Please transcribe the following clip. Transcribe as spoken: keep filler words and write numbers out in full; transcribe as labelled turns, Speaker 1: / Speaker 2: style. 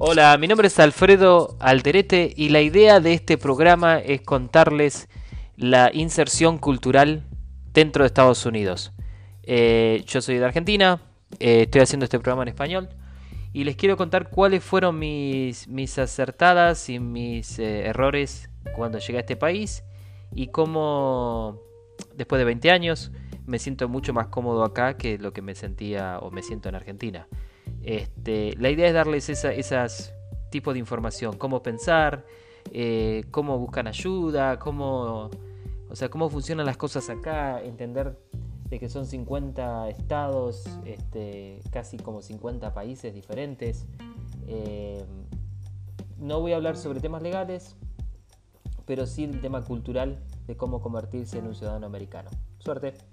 Speaker 1: Hola, mi nombre es Alfredo Alderete y la idea de este programa es contarles la inserción cultural dentro de Estados Unidos. Eh, yo soy de Argentina, eh, estoy haciendo este programa en español y les quiero contar cuáles fueron mis, mis acertadas y mis eh, errores cuando llegué a este país y cómo después de veinte años me siento mucho más cómodo acá que lo que me sentía o me siento en Argentina. Este, la idea es darles esa, esas tipos de información, cómo pensar, eh, cómo buscan ayuda, cómo, o sea, cómo funcionan las cosas acá, entender de que son cincuenta estados, este, casi como cincuenta países diferentes. Eh, no voy a hablar sobre temas legales, pero sí el tema cultural de cómo convertirse en un ciudadano americano. Suerte.